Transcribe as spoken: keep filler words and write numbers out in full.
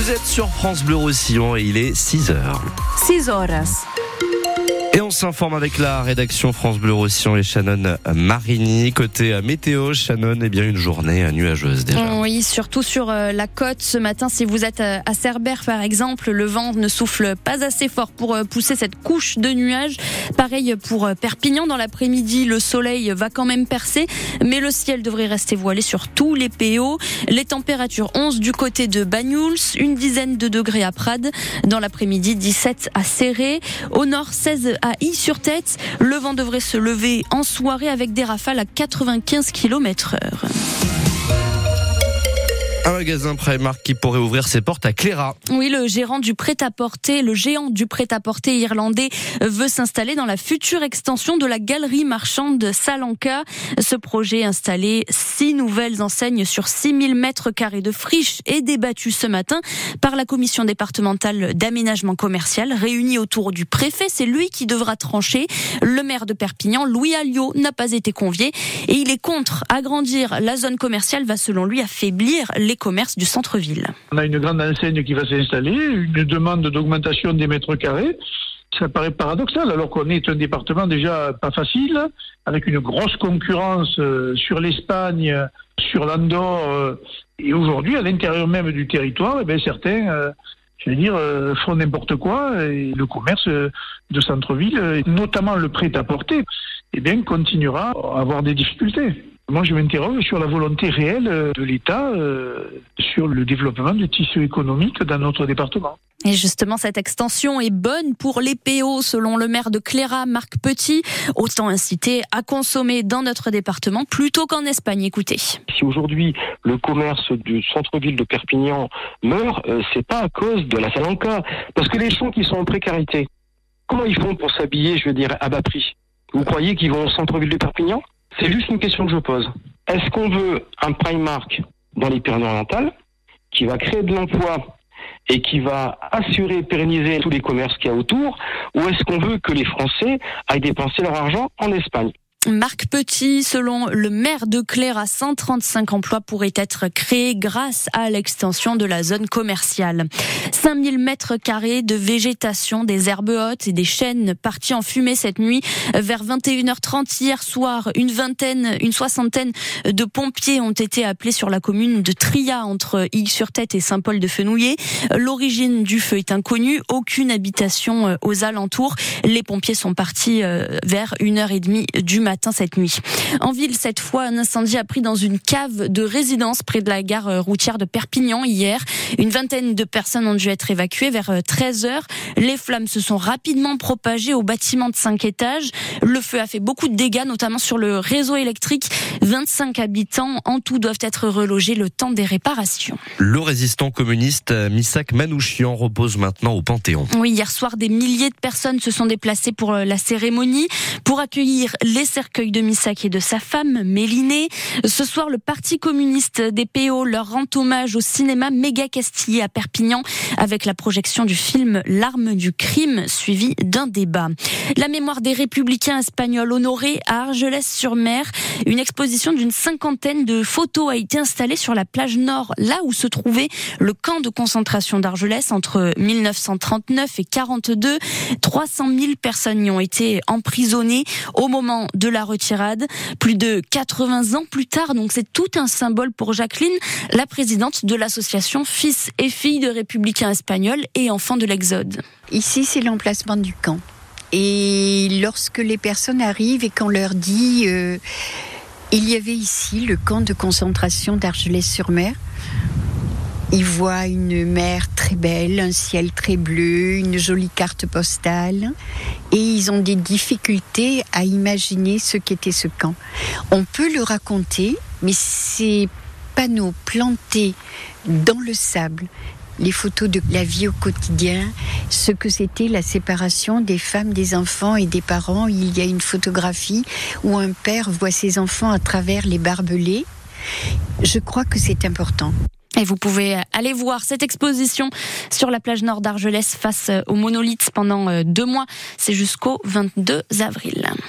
Vous êtes sur France Bleu Roussillon et il est six heures. six horas. Et on s'informe avec la rédaction France Bleu Roussillon et Shannon Marini. Côté météo, Shannon, eh bien une journée nuageuse déjà. Oui, surtout sur la côte ce matin. Si vous êtes à Cerbère par exemple, le vent ne souffle pas assez fort pour pousser cette couche de nuages. Pareil pour Perpignan, dans l'après-midi, le soleil va quand même percer, mais le ciel devrait rester voilé sur tous les P O. Les températures onze du côté de Banyuls, une dizaine de degrés à Prades. Dans l'après-midi, dix-sept à Céré. Au nord, seize à Y-sur-Tête. Le vent devrait se lever en soirée avec des rafales à quatre-vingt-quinze kilomètres heure. Un magasin Primark qui pourrait ouvrir ses portes à Cléra. Oui, le gérant du prêt-à-porter, le géant du prêt-à-porter irlandais veut s'installer dans la future extension de la galerie marchande Salanca. Ce projet installé six nouvelles enseignes sur six mille mètres carrés de friches est débattu ce matin par la commission départementale d'aménagement commercial réunie autour du préfet. C'est lui qui devra trancher. Le maire de Perpignan, Louis Alliot, n'a pas été convié et il est contre. Agrandir la zone commerciale va selon lui affaiblir les commerces du centre-ville. On a une grande enseigne qui va s'installer, une demande d'augmentation des mètres carrés. Ça paraît paradoxal alors qu'on est un département déjà pas facile, avec une grosse concurrence sur l'Espagne, sur l'Andorre. Et aujourd'hui, à l'intérieur même du territoire, eh bien, certains, je veux dire, font n'importe quoi. Et le commerce de centre-ville, notamment le prêt-à-porter, eh bien, continuera à avoir des difficultés. Moi, je m'interroge sur la volonté réelle de l'État euh, sur le développement du tissu économique dans notre département. Et justement, cette extension est bonne pour les P O, selon le maire de Cléra, Marc Petit. Autant inciter à consommer dans notre département plutôt qu'en Espagne. Écoutez. Si aujourd'hui le commerce du centre-ville de Perpignan meurt, euh, c'est pas à cause de la Salanca, parce que les gens qui sont en précarité, comment ils font pour s'habiller, je veux dire, à bas prix? Vous croyez qu'ils vont au centre-ville de Perpignan? C'est juste une question que je pose. Est-ce qu'on veut un Primark dans les Pyrénées-Orientales qui va créer de l'emploi et qui va assurer et pérenniser tous les commerces qu'il y a autour, ou est-ce qu'on veut que les Français aillent dépenser leur argent en Espagne ? Marc Petit, selon le maire de Cléra, cent trente-cinq emplois pourraient être créés grâce à l'extension de la zone commerciale. cinq mille mètres carrés de végétation, des herbes hautes et des chênes partis en fumée cette nuit. Vers vingt et une heures trente hier soir, une vingtaine, une soixantaine de pompiers ont été appelés sur la commune de Tria, entre Ille-sur-Tête et Saint-Paul-de-Fenouillet. L'origine du feu est inconnue, aucune habitation aux alentours. Les pompiers sont partis vers une heure trente du matin cette nuit. En ville, cette fois, un incendie a pris dans une cave de résidence près de la gare routière de Perpignan hier. Une vingtaine de personnes ont dû être évacuées vers treize heures. Les flammes se sont rapidement propagées au bâtiment de cinq étages. Le feu a fait beaucoup de dégâts, notamment sur le réseau électrique. vingt-cinq habitants en tout doivent être relogés le temps des réparations. Le résistant communiste Missak Manouchian repose maintenant au Panthéon. Oui, hier soir, des milliers de personnes se sont déplacées pour la cérémonie, pour accueillir les cercueil de Missak et de sa femme, Mélinée. Ce soir, le Parti communiste des P O leur rend hommage au cinéma Méga Castillet à Perpignan avec la projection du film L'arme du crime, suivi d'un débat. La mémoire des républicains espagnols honorés à Argelès-sur-Mer. Une exposition d'une cinquantaine de photos a été installée sur la plage nord, là où se trouvait le camp de concentration d'Argelès entre mille neuf cent trente-neuf et quarante-deux. trois cent mille personnes y ont été emprisonnées au moment de la retirade, plus de quatre-vingts ans plus tard. Donc c'est tout un symbole pour Jacqueline, la présidente de l'association Fils et Filles de Républicains Espagnols et Enfants de l'Exode. Ici, c'est l'emplacement du camp. Et lorsque les personnes arrivent et qu'on leur dit euh, il y avait ici le camp de concentration d'Argelès-sur-Mer, ils voient une mer très belle, un ciel très bleu, une jolie carte postale. Et ils ont des difficultés à imaginer ce qu'était ce camp. On peut le raconter, mais ces panneaux plantés dans le sable, les photos de la vie au quotidien, ce que c'était la séparation des femmes, des enfants et des parents. Il y a une photographie où un père voit ses enfants à travers les barbelés. Je crois que c'est important. Et vous pouvez aller voir cette exposition sur la plage nord d'Argelès face au monolithe pendant deux mois. C'est jusqu'au vingt-deux avril.